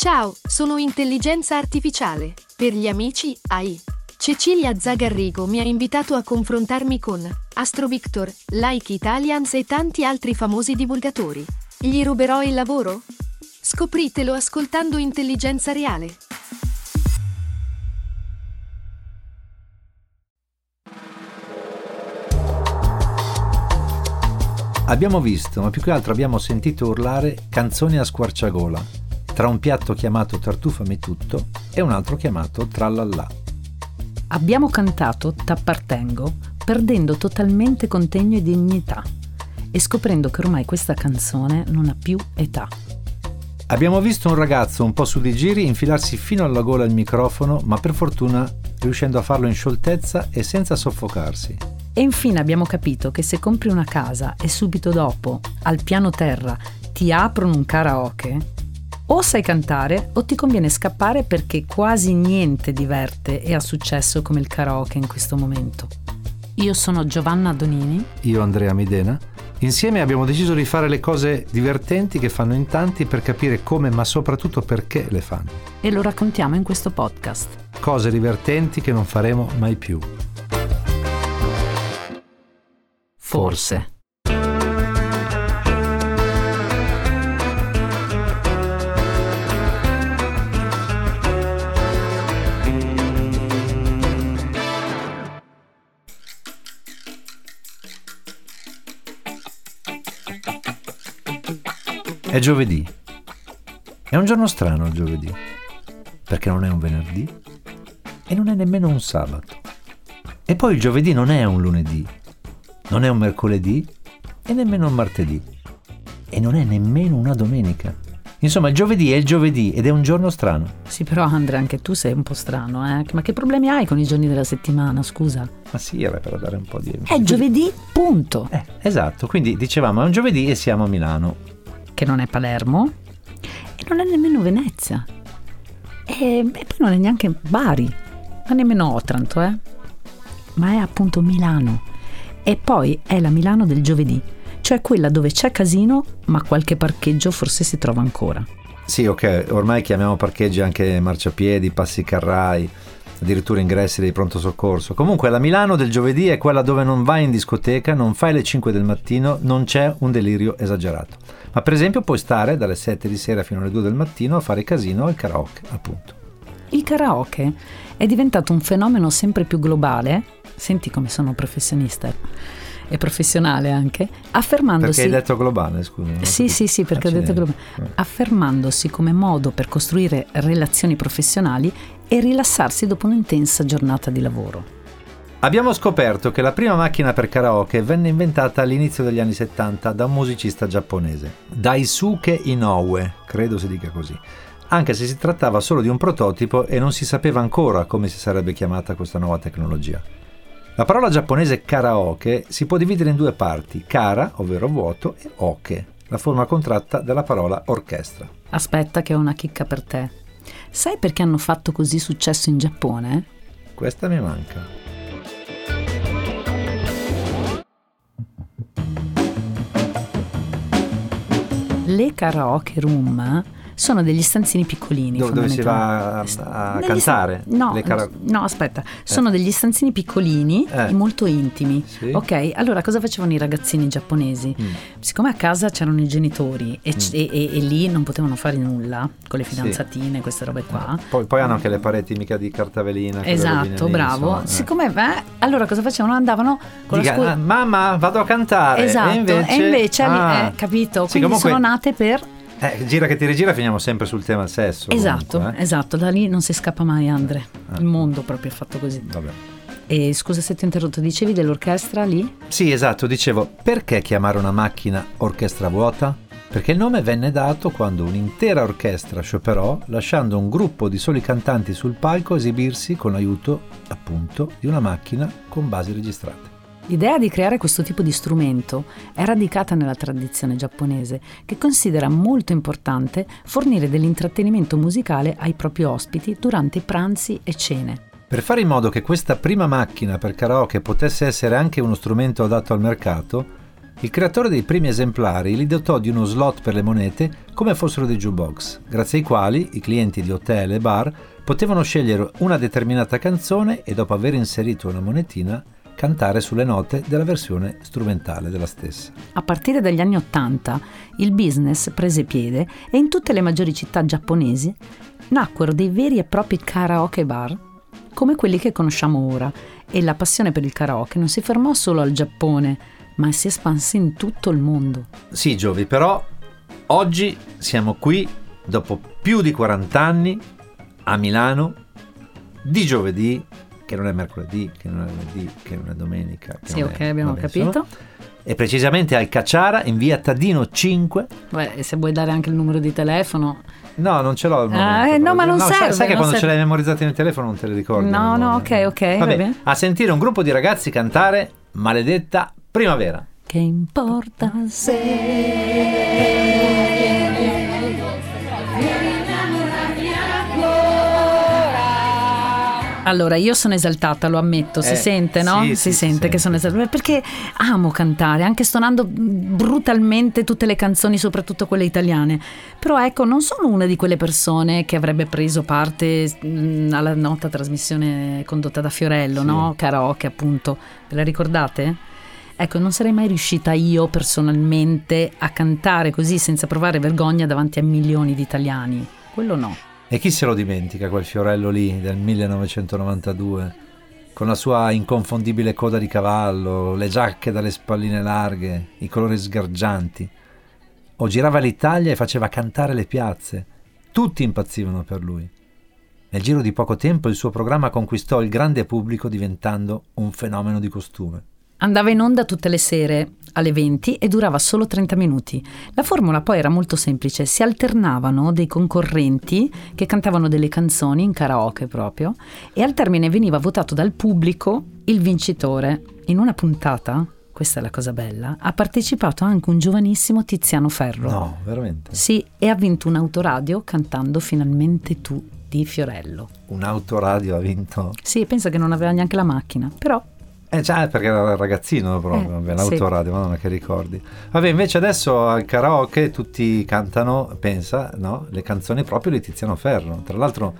Ciao, sono intelligenza artificiale. Per gli amici, AI. Cecilia Zagarrigo mi ha invitato a confrontarmi con Astro Victor, Like Italians e tanti altri famosi divulgatori. Gli ruberò il lavoro? Scopritelo ascoltando Intelligenza Reale. Abbiamo visto, ma più che altro abbiamo sentito urlare canzoni a squarciagola, tra un piatto chiamato Tartufami tutto e un altro chiamato Trallallà. Abbiamo cantato T'appartengo perdendo totalmente contegno e dignità e scoprendo che ormai questa canzone non ha più età. Abbiamo visto un ragazzo un po' su di giri infilarsi fino alla gola il microfono, ma per fortuna riuscendo a farlo in scioltezza e senza soffocarsi. E infine abbiamo capito che se compri una casa e subito dopo, al piano terra, ti aprono un karaoke, o sai cantare o ti conviene scappare perché quasi niente diverte e ha successo come il karaoke in questo momento. Io sono Giovanna Donini. Io Andrea Midena. Insieme abbiamo deciso di fare le cose divertenti che fanno in tanti per capire come, ma soprattutto perché le fanno. E lo raccontiamo in questo podcast. Cose divertenti che non faremo mai più. Forse. È giovedì. È un giorno strano il giovedì, perché non è un venerdì e non è nemmeno un sabato. E poi il giovedì non è un lunedì, non è un mercoledì e nemmeno un martedì. E non è nemmeno una domenica. Insomma, il giovedì è il giovedì ed è un giorno strano. Sì, però Andrea, anche tu sei un po' strano, eh? Ma che problemi hai con i giorni della settimana, scusa? Ma sì, era per dare un po' di... È giovedì, punto. Esatto, quindi dicevamo è un giovedì e siamo a Milano. Che non è Palermo e non è nemmeno Venezia e poi non è neanche Bari, ma nemmeno Otranto, ma è appunto Milano. E poi è la Milano del giovedì, cioè quella dove c'è casino ma qualche parcheggio forse si trova ancora. Sì, ok, ormai chiamiamo parcheggi anche marciapiedi, passi carrai, addirittura ingressi dei pronto soccorso. Comunque la Milano del giovedì è quella dove non vai in discoteca, non fai le 5 del mattino, non c'è un delirio esagerato. Ma per esempio puoi stare dalle 7 di sera fino alle 2 del mattino a fare casino al karaoke, appunto. Il karaoke è diventato un fenomeno sempre più globale, senti come sono professionista e professionale anche, affermandosi... Perché hai detto globale, scusa? Sì, perché ho detto globale. Affermandosi come modo per costruire relazioni professionali e rilassarsi dopo un'intensa giornata di lavoro. Abbiamo scoperto che la prima macchina per karaoke venne inventata all'inizio degli anni 70 da un musicista giapponese, Daisuke Inoue, credo si dica così, anche se si trattava solo di un prototipo e non si sapeva ancora come si sarebbe chiamata questa nuova tecnologia. La parola giapponese karaoke si può dividere in due parti, kara, ovvero vuoto, e oke, la forma contratta della parola orchestra. Aspetta che ho una chicca per te. Sai perché hanno fatto così successo in Giappone? Questa mi manca. Le karaoke room sono degli stanzini piccolini dove si va a cantare? No, aspetta, sono degli stanzini piccolini e molto intimi, sì. Ok? Allora cosa facevano i ragazzini giapponesi? Siccome a casa c'erano i genitori e lì non potevano fare nulla con le fidanzatine, queste robe qua. Poi hanno anche le pareti mica di cartavelina. Esatto, bravo. Siccome allora cosa facevano? Andavano con la scuola. Mamma, vado a cantare. Esatto, e invece capito? Sì, quindi comunque, sono nate per... gira che ti rigira, finiamo sempre sul tema sesso. Esatto, comunque, esatto, da lì non si scappa mai, Andre. Il mondo proprio è fatto così. Vabbè. E scusa se ti ho interrotto, dicevi dell'orchestra lì? Sì, esatto, dicevo, perché chiamare una macchina orchestra vuota? Perché il nome venne dato quando un'intera orchestra scioperò, lasciando un gruppo di soli cantanti sul palco esibirsi con l'aiuto, appunto, di una macchina con basi registrate. L'idea di creare questo tipo di strumento è radicata nella tradizione giapponese, che considera molto importante fornire dell'intrattenimento musicale ai propri ospiti durante i pranzi e cene. Per fare in modo che questa prima macchina per karaoke potesse essere anche uno strumento adatto al mercato, Il creatore dei primi esemplari li dotò di uno slot per le monete come fossero dei jukebox, grazie ai quali i clienti di hotel e bar potevano scegliere una determinata canzone e dopo aver inserito una monetina cantare sulle note della versione strumentale della stessa. A partire dagli anni '80 il business prese piede e in tutte le maggiori città giapponesi nacquero dei veri e propri karaoke bar come quelli che conosciamo ora, e la passione per il karaoke non si fermò solo al Giappone, ma si espanse in tutto il mondo. Sì, Giovi, però oggi siamo qui, dopo più di 40 anni, a Milano, di giovedì, che non è mercoledì, che non è lunedì, che non è domenica. Sì, ok, abbiamo capito. Insomma, e precisamente al Cacciara, in via Tadino 5. Beh, se vuoi dare anche il numero di telefono. No, non ce l'ho. No, ma non serve. Sai che non quando serve. ce l'hai memorizzate nel telefono non te le ricordi. No, ok. Vabbè, a sentire un gruppo di ragazzi cantare Maledetta Primavera. Che importa se... Allora, io sono esaltata, lo ammetto, si sente, no? Sì, si sente che sono esaltata, perché amo cantare, anche suonando brutalmente tutte le canzoni, soprattutto quelle italiane. Però ecco, non sono una di quelle persone che avrebbe preso parte alla nota trasmissione condotta da Fiorello, sì. no? Karaoke, appunto. Ve la ricordate? Ecco, non sarei mai riuscita io personalmente a cantare così senza provare vergogna davanti a milioni di italiani. Quello no. E chi se lo dimentica quel Fiorello lì del 1992, con la sua inconfondibile coda di cavallo, le giacche dalle spalline larghe, i colori sgargianti. O girava l'Italia e faceva cantare le piazze. Tutti impazzivano per lui. Nel giro di poco tempo il suo programma conquistò il grande pubblico diventando un fenomeno di costume. Andava in onda tutte le sere alle 20 e durava solo 30 minuti. La formula poi era molto semplice, si alternavano dei concorrenti che cantavano delle canzoni in karaoke proprio, e al termine veniva votato dal pubblico il vincitore. In una puntata, questa è la cosa bella, ha partecipato anche un giovanissimo Tiziano Ferro. No, veramente? Sì, e ha vinto un autoradio cantando Finalmente tu di Fiorello. Un autoradio ha vinto? Sì, pensa che non aveva neanche la macchina, però... Già, perché era ragazzino proprio, l'autoradio, sì. Madonna, che ricordi. Vabbè, invece adesso al karaoke tutti cantano, pensa, no? Le canzoni proprio di Tiziano Ferro. Tra l'altro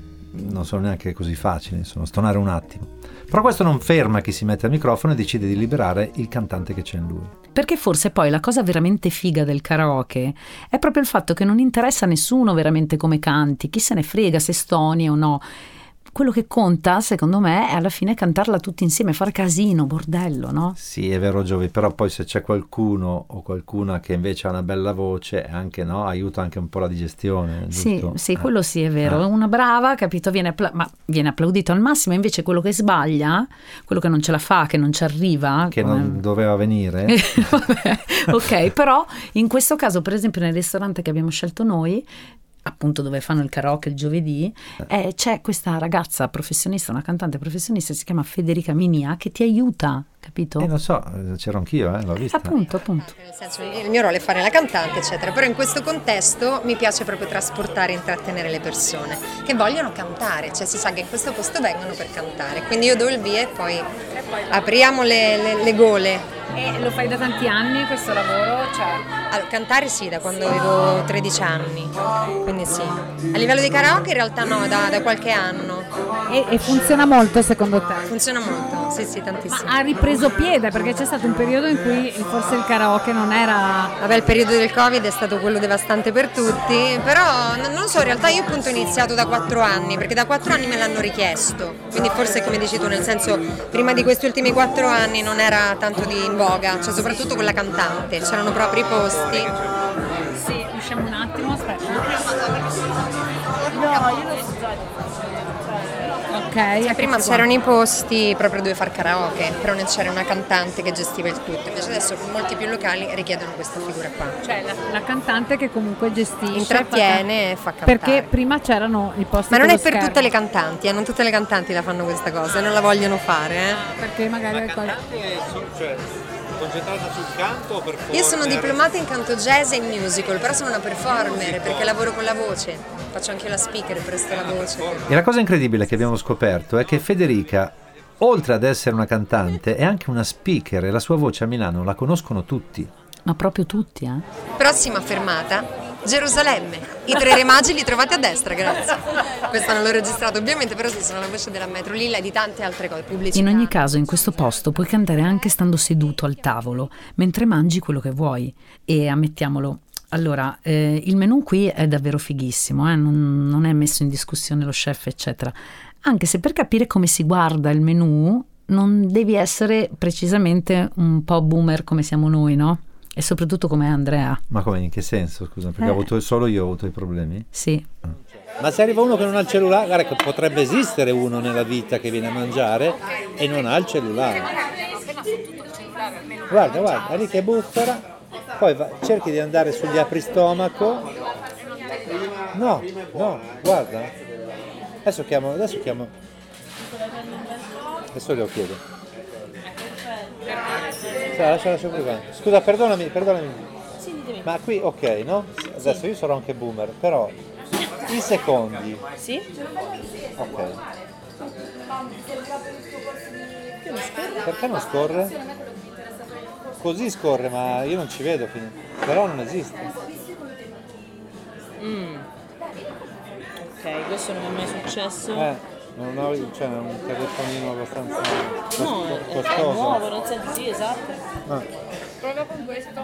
non sono neanche così facili, insomma, stonare un attimo. Però questo non ferma chi si mette al microfono e decide di liberare il cantante che c'è in lui. Perché forse poi la cosa veramente figa del karaoke è proprio il fatto che non interessa a nessuno veramente come canti, chi se ne frega se stoni o no. Quello che conta, secondo me, è alla fine cantarla tutti insieme, fare casino, bordello, no? Sì, è vero, Giovi, però poi se c'è qualcuno o qualcuna che invece ha una bella voce, anche, no, aiuta anche un po' la digestione, giusto? Sì, quello sì è vero. Una brava, capito, viene applaudito al massimo, invece quello che sbaglia, quello che non ce la fa, che non ci arriva... Che non doveva venire. Vabbè, ok, però in questo caso, per esempio nel ristorante che abbiamo scelto noi, appunto dove fanno il karaoke il giovedì, c'è questa ragazza professionista, una cantante professionista, si chiama Federica Minia, che ti aiuta, capito? Lo so, c'ero anch'io, l'ho vista. Appunto. Nel senso, il mio ruolo è fare la cantante, eccetera, però in questo contesto mi piace proprio trasportare e intrattenere le persone che vogliono cantare, cioè si sa che in questo posto vengono per cantare, quindi io do il via e poi apriamo le gole. E lo fai da tanti anni questo lavoro? Allora, cantare sì, da quando avevo 13 anni, quindi sì. A livello di karaoke in realtà no, da qualche anno. E funziona molto secondo te? Funziona molto, sì, tantissimo. Ma ha ripreso piede perché c'è stato un periodo in cui forse il karaoke non era... Vabbè, il periodo del Covid è stato quello devastante per tutti, però non lo so, in realtà io appunto ho iniziato da 4 anni, perché da 4 anni me l'hanno richiesto, quindi forse come dici tu, nel senso prima di questi ultimi 4 anni non era tanto in voga, cioè soprattutto con la cantante, c'erano proprio i posti. Sì, usciamo un attimo, aspetta. Ok, Prima c'erano i posti proprio dove far karaoke, però non c'era una cantante che gestiva il tutto, invece adesso molti più locali richiedono questa figura qua. cioè la cantante che comunque gestisce, Intrattiene e fa cantare. perché prima c'erano i posti Ma non con è lo per schermo. tutte le cantanti, non tutte le cantanti la fanno questa cosa e non la vogliono fare. Perché magari Concentrata sul canto o performer? Io sono diplomata in canto jazz e in musical, però sono una performer perché lavoro con la voce, faccio anche la speaker, presto la voce. E la cosa incredibile che abbiamo scoperto è che Federica oltre ad essere una cantante, è anche una speaker e la sua voce a Milano la conoscono tutti. Ma proprio tutti, eh? Prossima fermata, Gerusalemme. I 3 re magi li trovate a destra, grazie. Questa non l'ho registrato ovviamente, però sì, sono la voce della Metro Lilla e di tante altre cose, pubblicità. In ogni caso, in questo posto puoi cantare anche stando seduto al tavolo, mentre mangi quello che vuoi. E ammettiamolo, allora, il menù qui è davvero fighissimo, non è messo in discussione lo chef, eccetera. Anche se per capire come si guarda il menù non devi essere precisamente un po' boomer come siamo noi, no? E soprattutto come Andrea. Ma come, in che senso, scusa? Perché solo io ho avuto i problemi? Sì. Ma se arriva uno che non ha il cellulare, guarda che potrebbe esistere uno nella vita che viene a mangiare e non ha il cellulare. Guarda, è lì che buffera, poi cerchi di andare sugli apristomaco. No, guarda. Adesso chiamo. Adesso glielo chiedo. Lascia prima. Scusa, perdonami. Ma qui, ok, no? Adesso io sarò anche boomer, però i secondi. Sì? Ok. Perché non scorre? Così scorre, ma io non ci vedo però non esiste. Ok, questo non è mai successo. Non ho, cioè è un telefonino abbastanza È costoso. nuovo, non senti, sì, esatto. Prova con questo.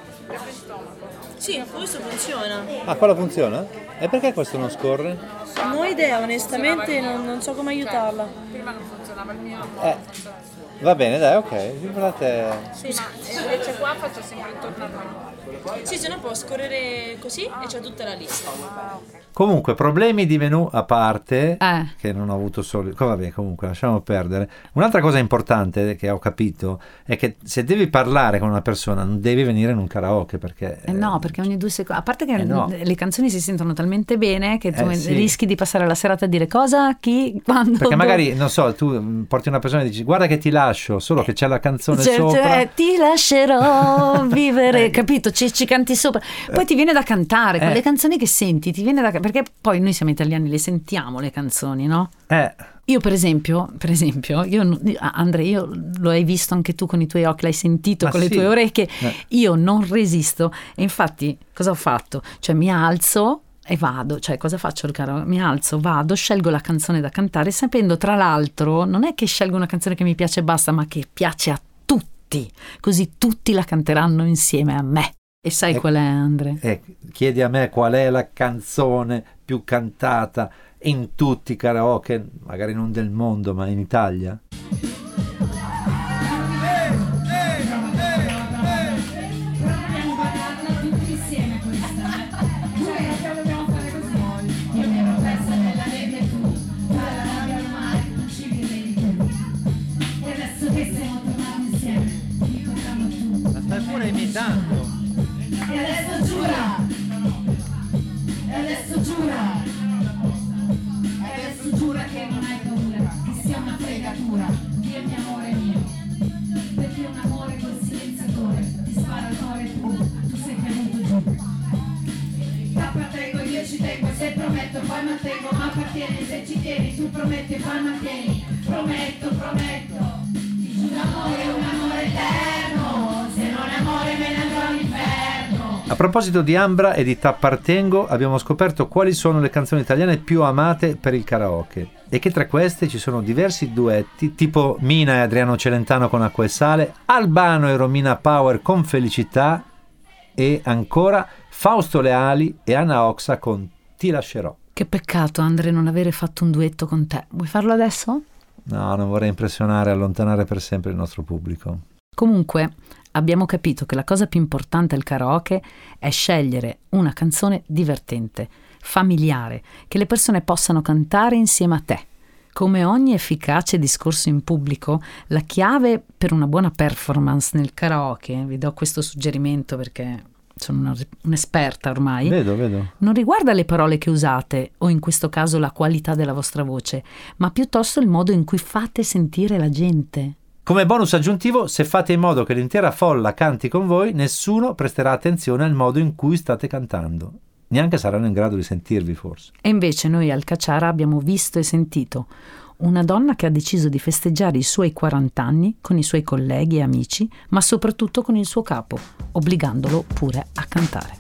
Sì, questo funziona. Ah, quello funziona? E perché questo non scorre? Non ho idea, onestamente, non so come aiutarla. Prima non funzionava il mio, Va bene, dai, ok. Guardate. sì, ma invece qua faccio sempre intorno al menu. Sì, se no può scorrere così e c'è tutta la lista. Comunque, problemi di menù a parte, Eh. che non ho avuto solo... Vabbè, comunque, lasciamo perdere. Un'altra cosa importante che ho capito è che se devi parlare con una persona non devi venire in un karaoke, perché... No, perché ogni 2 secondi... A parte che no. le canzoni si sentono talmente bene che tu Sì. rischi di passare la serata a dire cosa, chi, quando... Perché magari, non so, tu porti una persona e dici guarda che ti lascio, solo che c'è la canzone sopra. Ti lascerò vivere, capito? Ci canti sopra. Poi ti viene da cantare, quelle canzoni che senti, ti viene da... Perché poi noi siamo italiani, le sentiamo le canzoni, no? Io per esempio, Andrea, io lo hai visto anche tu con i tuoi occhi, l'hai sentito con le tue orecchie, io non resisto e infatti cosa ho fatto? Cioè mi alzo e vado, cioè cosa faccio il karaoke? Mi alzo, vado, scelgo la canzone da cantare sapendo tra l'altro non è che scelgo una canzone che mi piace e basta, ma che piace a tutti, così tutti la canteranno insieme a me. E sai qual è, Andrea? Chiedi a me qual è la canzone più cantata in tutti i karaoke, magari non del mondo, ma in Italia? Ma stai pure imitando. E adesso giura! E adesso giura! E adesso giura che non hai paura, che sia una fregatura, Dio è mio amore mio. Perché un amore col silenziatore ti spara al cuore tu sei caduto giù. T'appartengo, io ci tengo, se prometto poi mantengo, ma appartieni, se ci tieni tu prometti e poi mantieni. Prometto, ti giuro amore, un amore eterno, se non è amore me ne andrò all'inferno. A proposito di Ambra e di T'appartengo, abbiamo scoperto quali sono le canzoni italiane più amate per il karaoke e che tra queste ci sono diversi duetti tipo Mina e Adriano Celentano con Acqua e Sale, Albano e Romina Power con Felicità e ancora Fausto Leali e Anna Oxa con Ti lascerò. Che peccato, Andrea, non avere fatto un duetto con te. Vuoi farlo adesso? No, non vorrei impressionare e allontanare per sempre il nostro pubblico. Comunque, abbiamo capito che la cosa più importante al karaoke è scegliere una canzone divertente, familiare, che le persone possano cantare insieme a te. Come ogni efficace discorso in pubblico, la chiave per una buona performance nel karaoke, vi do questo suggerimento perché sono un'esperta ormai, Vedo. non riguarda le parole che usate o in questo caso la qualità della vostra voce, ma piuttosto il modo in cui fate sentire la gente. Come bonus aggiuntivo, se fate in modo che l'intera folla canti con voi, nessuno presterà attenzione al modo in cui state cantando. Neanche saranno in grado di sentirvi, forse. E invece noi al Cacciara abbiamo visto e sentito Una donna che ha deciso di festeggiare i suoi 40 anni con i suoi colleghi e amici, ma soprattutto con il suo capo, obbligandolo pure a cantare.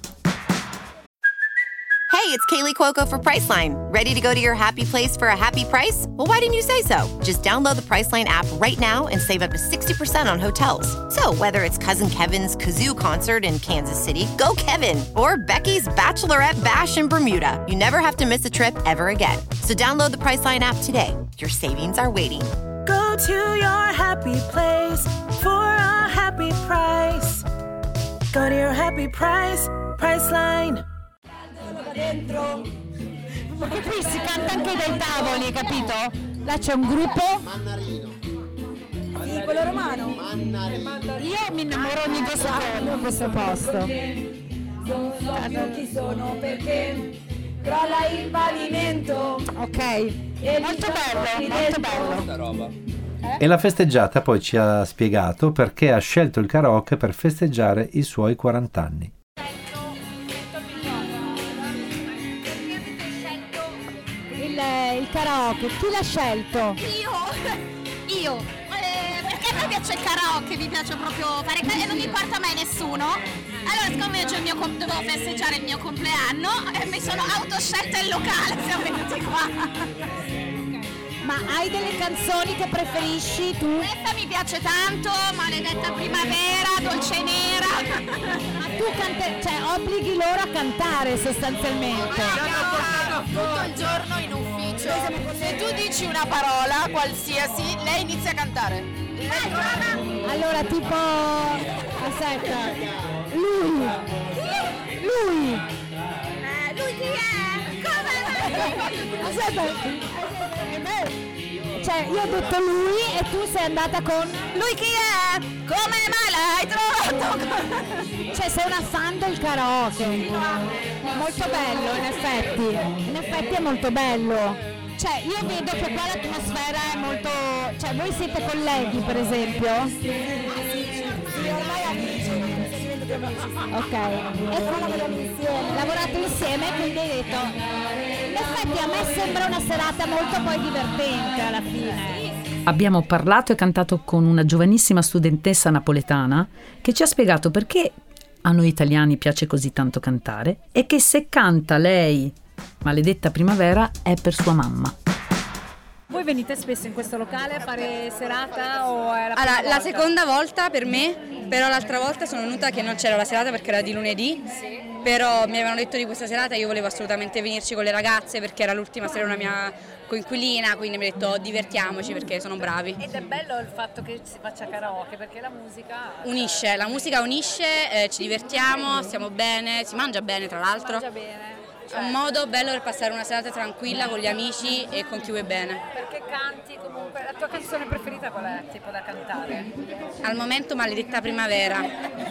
Hey, it's Kaylee Cuoco for Priceline. Ready to go to your happy place for a happy price? Well, why didn't you say so? Just download the Priceline app right now and save up to 60% on hotels. So whether it's Cousin Kevin's Kazoo Concert in Kansas City, go Kevin, or Becky's Bachelorette Bash in Bermuda, you never have to miss a trip ever again. So download the Priceline app today. Your savings are waiting. Go to your happy place for a happy price. Go to your happy price, Priceline. Dentro, perché qui si canta anche dai tavoli, capito? Là c'è un gruppo. Mannarino. Sì, quello romano. Mannarino. Io mi innamoro ogni 2 secondi in questo posto. Non so chi sono perché crolla il pavimento. Ok, molto bello. E la festeggiata poi ci ha spiegato perché ha scelto il karaoke per festeggiare i suoi 40 anni. Il karaoke, chi l'ha scelto? Io, perché a me piace il karaoke, mi piace proprio fare e non mi porta mai nessuno. Allora siccome dovevo festeggiare il mio compleanno mi sono autoscelta il locale, siamo venuti qua. Ma hai delle canzoni che preferisci tu? Questa mi piace tanto, Maledetta Primavera, Dolce Nera. Ma tu obblighi loro a cantare sostanzialmente. Tutto il giorno in ufficio. Se tu dici una parola qualsiasi, lei inizia a cantare. Allora tipo aspetta. Lui Lui chi è? Come? Aspetta. Cioè io ho detto lui e tu sei andata con lui chi è? Come mai l'hai trovato? Cioè sei una fan del karaoke. Molto bello in effetti è molto bello. Cioè io vedo che qua l'atmosfera è molto, cioè voi siete colleghi per esempio? Sì, ormai amici. Ok, e lavorate insieme, quindi hai detto in effetti a me sembra una serata molto poi divertente alla fine. Abbiamo parlato e cantato con una giovanissima studentessa napoletana che ci ha spiegato perché a noi italiani piace così tanto cantare e che se canta lei Maledetta Primavera è per sua mamma. Voi venite spesso in questo locale a fare serata o è la prima Allora, volta? la seconda volta per me, però l'altra volta sono venuta che non c'era la serata perché era di lunedì, però mi avevano detto di questa serata e io volevo assolutamente venirci con le ragazze perché era l'ultima sera una mia coinquilina, quindi mi ha detto divertiamoci perché sono bravi. Ed è bello il fatto che si faccia karaoke perché la musica Unisce, la musica unisce, ci divertiamo, stiamo bene, si mangia bene tra l'altro. mangia bene. È un modo bello per passare una serata tranquilla con gli amici e con chi vuoi bene. Perché canti comunque, la tua canzone preferita qual è tipo da cantare? Al momento Maledetta Primavera.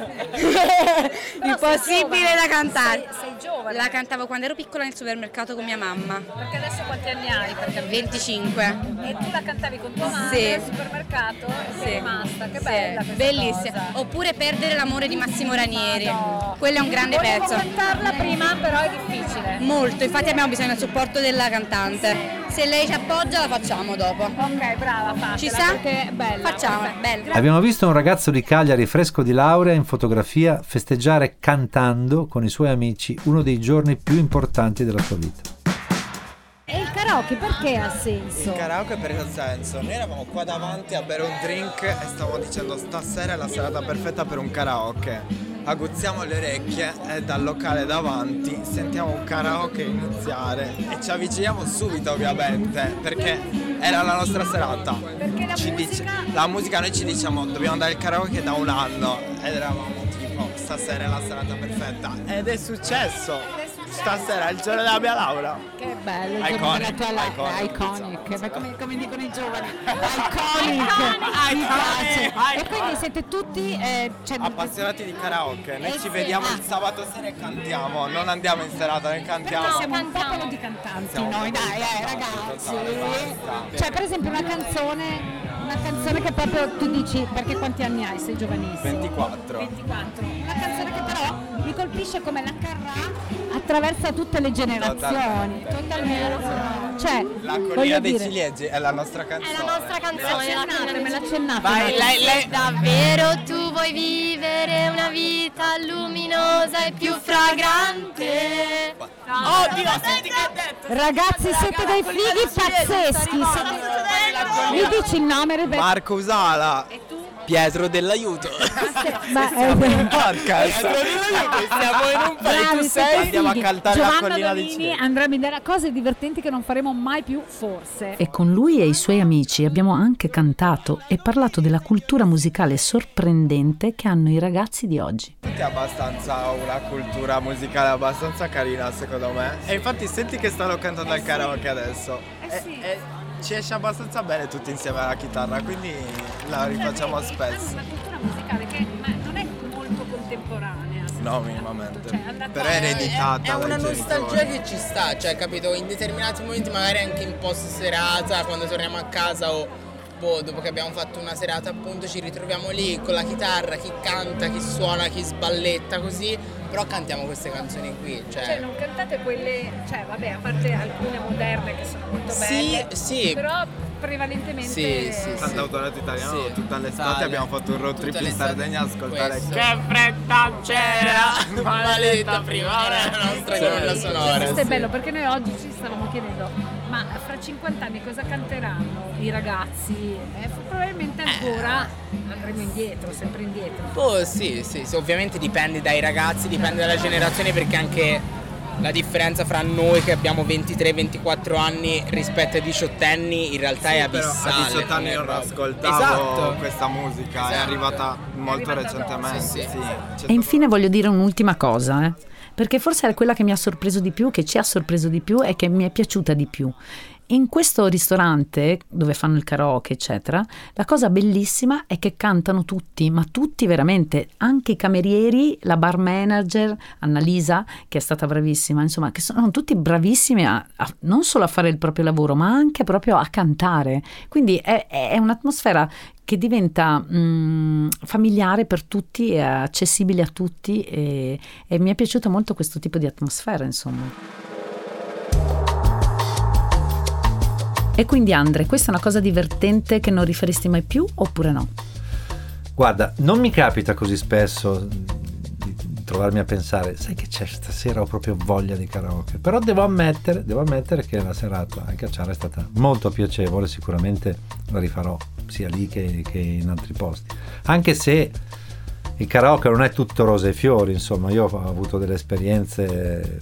Impossibile da cantare. Sei giovane. La cantavo quando ero piccola nel supermercato con mia mamma. Perché adesso quanti anni hai? 25. E tu la cantavi con tua madre al supermercato e sei rimasta, che bella questa bellissima. cosa. Oppure Perdere l'amore di Massimo Ranieri. Quello è un grande Volevo pezzo. cantarla prima, però è difficile. Molto, infatti abbiamo bisogno del supporto della cantante. Se lei ci appoggia la facciamo dopo. Ok, brava, fatela. Ci sta? Perché è bella. Facciamola, bella. Abbiamo visto un ragazzo di Cagliari fresco di laurea in fotografia festeggiare cantando con i suoi amici uno dei giorni più importanti della sua vita. E il karaoke perché ha senso? Il karaoke per il senso, noi eravamo qua davanti a bere un drink e stavamo dicendo stasera è la serata perfetta per un karaoke. Aguzziamo le orecchie e dal locale davanti sentiamo un karaoke iniziare e ci avviciniamo subito ovviamente perché era la nostra serata. Perché la musica noi ci diciamo dobbiamo andare al karaoke da un anno ed eravamo tipo stasera è la serata perfetta ed è successo. Stasera è il giorno della mia laurea. Che bello, il Iconic, giorno della tua iconic, come dicono i giovani. Iconic. Mi piace. E quindi siete tutti appassionati di karaoke. Noi ci vediamo il sabato sera e cantiamo, non andiamo in serata, noi cantiamo. Però siamo un popolo di cantanti noi, dai, ragazzi. Cioè per esempio una canzone che proprio tu dici, perché quanti anni hai? Sei giovanissimo. 24. Una canzone che però mi colpisce come la Carrà attraversa tutte le generazioni. Totalmente. Cioè, La voglio collina dei dire, ciliegi è la nostra È canzone. la nostra canzone. me l'accennate. Vai, lei. Davvero tu vuoi vivere una vita luminosa e più fragrante? Oddio, senti che ha detto. Ragazzi, siete dei fighi pazzeschi. Mi dici il nome, Rebecca? Marco Usala. Pietro dell'aiuto. Siamo in un podcast. Siamo in un Bravi, siete Andiamo a fighi. cantare la Giovanna collina dei Donini, ciliegi. Andrea Mindera, cose divertenti che non faremo mai più, forse. E con lui e i suoi amici abbiamo anche cantato e parlato della cultura musicale sorprendente che hanno i ragazzi di oggi. È abbastanza una cultura musicale abbastanza carina secondo me. E infatti senti che stanno cantando al karaoke adesso. Ci esce abbastanza bene tutti insieme alla chitarra, quindi la rifacciamo spesso. Una cultura musicale che non è molto contemporanea. No, minimamente. Cioè, andata- Però è ereditata. È una dai nostalgia genitori. che ci sta, cioè capito, in determinati momenti magari anche in post serata, quando torniamo a casa o dopo che abbiamo fatto una serata appunto ci ritroviamo lì con la chitarra, chi canta, chi suona, chi sballetta così, però cantiamo queste canzoni qui, Cioè non cantate quelle, cioè vabbè, a parte alcune moderne che sono molto belle, sì. però prevalentemente Sì. Cantautorato italiano, Sì. tutta l'estate Italia. abbiamo fatto un road trip Tutta in l'estate. Sardegna a ascoltare Questo. Che fretta c'era, maledetta primavera, la nostra colonna sonora. Questo è sì. bello perché noi oggi ci stavamo chiedendo, ma fra 50 anni cosa canteranno i ragazzi? Probabilmente ancora andremo indietro, sempre indietro. Sì, ovviamente dipende dai ragazzi, dipende dalla generazione, perché anche la differenza fra noi che abbiamo 23-24 anni rispetto ai 18enni in realtà è Però abissale. a 18 anni non ascoltavo Esatto. questa musica, è arrivata molto recentemente. Sì. E infine voglio dire un'ultima cosa, perché forse è quella che mi ha sorpreso di più, che ci ha sorpreso di più e che mi è piaciuta di più. In questo ristorante dove fanno il karaoke eccetera, la cosa bellissima è che cantano tutti, ma tutti veramente, anche i camerieri, la bar manager Annalisa, che è stata bravissima, insomma, che sono tutti bravissimi non solo a fare il proprio lavoro ma anche proprio a cantare, quindi è un'atmosfera che diventa familiare per tutti, è accessibile a tutti e mi è piaciuto molto questo tipo di atmosfera, insomma. E quindi Andre, questa è una cosa divertente che non rifaresti mai più oppure no? Guarda, non mi capita così spesso di trovarmi a pensare, sai che c'è stasera, ho proprio voglia di karaoke, però devo ammettere che la serata a Cacciara è stata molto piacevole, sicuramente la rifarò sia lì che in altri posti, anche se il karaoke non è tutto rose e fiori, insomma, io ho avuto delle esperienze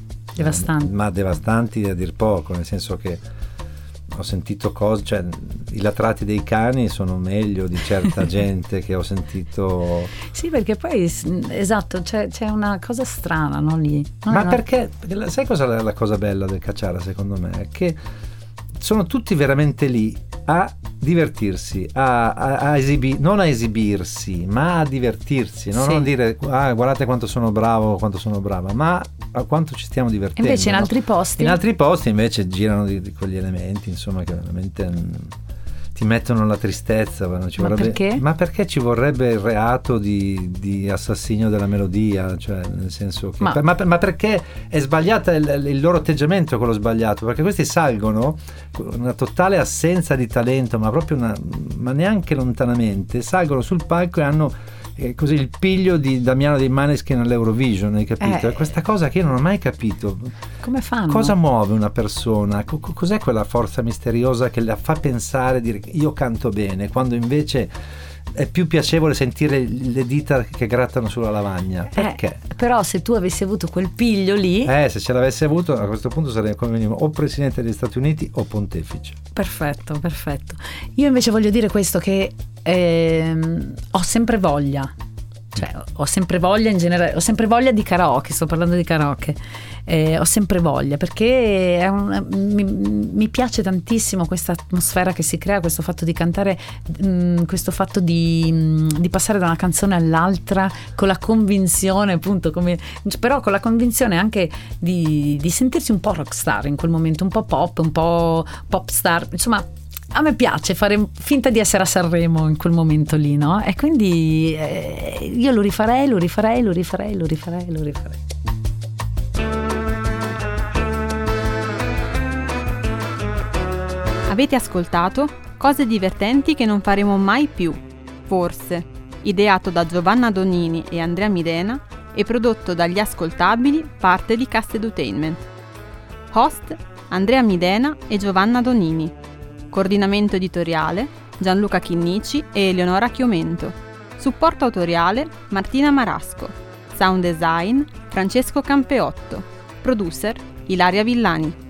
devastanti a dir poco, nel senso che ho sentito cose, cioè i latrati dei cani sono meglio di certa gente che ho sentito. Sì, perché poi esatto, c'è una cosa strana, no, lì. Perché sai cosa è la cosa bella del Cacciara secondo me? È che sono tutti veramente lì a divertirsi, non a esibirsi, ma a divertirsi, no? Sì. Non dire guardate quanto sono bravo, quanto sono brava, ma a quanto ci stiamo divertendo. Invece in no? altri posti invece girano di quegli elementi, insomma, che veramente ti mettono alla tristezza. Perché? Ma perché ci vorrebbe il reato di assassinio della melodia, cioè nel senso che ma perché è sbagliata il loro atteggiamento, quello sbagliato, perché questi salgono con una totale assenza di talento, ma proprio ma neanche lontanamente salgono sul palco e hanno così il piglio di Damiano dei Maneskin all'Eurovision, hai capito? È questa cosa che io non ho mai capito. Come fanno? Cosa muove una persona? Cos'è quella forza misteriosa che la fa pensare, dire io canto bene, quando invece è più piacevole sentire le dita che grattano sulla lavagna? Perché? Però se tu avessi avuto quel piglio lì, se ce l'avessi avuto, a questo punto sarei come minimo o presidente degli Stati Uniti o pontefice. Perfetto. Io invece voglio dire questo, che ho sempre voglia, cioè ho sempre voglia in generale, ho sempre voglia di karaoke, sto parlando di karaoke, ho sempre voglia perché mi piace tantissimo questa atmosfera che si crea, questo fatto di cantare, questo fatto di passare da una canzone all'altra con la convinzione, appunto, però con la convinzione anche di sentirsi un po' rockstar in quel momento, un po' pop, un po' pop star, insomma. A me piace fare finta di essere a Sanremo in quel momento lì, no? E quindi io lo rifarei. Avete ascoltato Cose divertenti che non faremo mai più, forse, ideato da Giovanna Donini e Andrea Midena e prodotto dagli Ascoltabili, parte di Cast Edutainment. Host Andrea Midena e Giovanna Donini. Coordinamento editoriale Gianluca Chinnici e Eleonora Chiomento. Supporto autoriale Martina Marasco. Sound design Francesco Campeotto. Producer Ilaria Villani.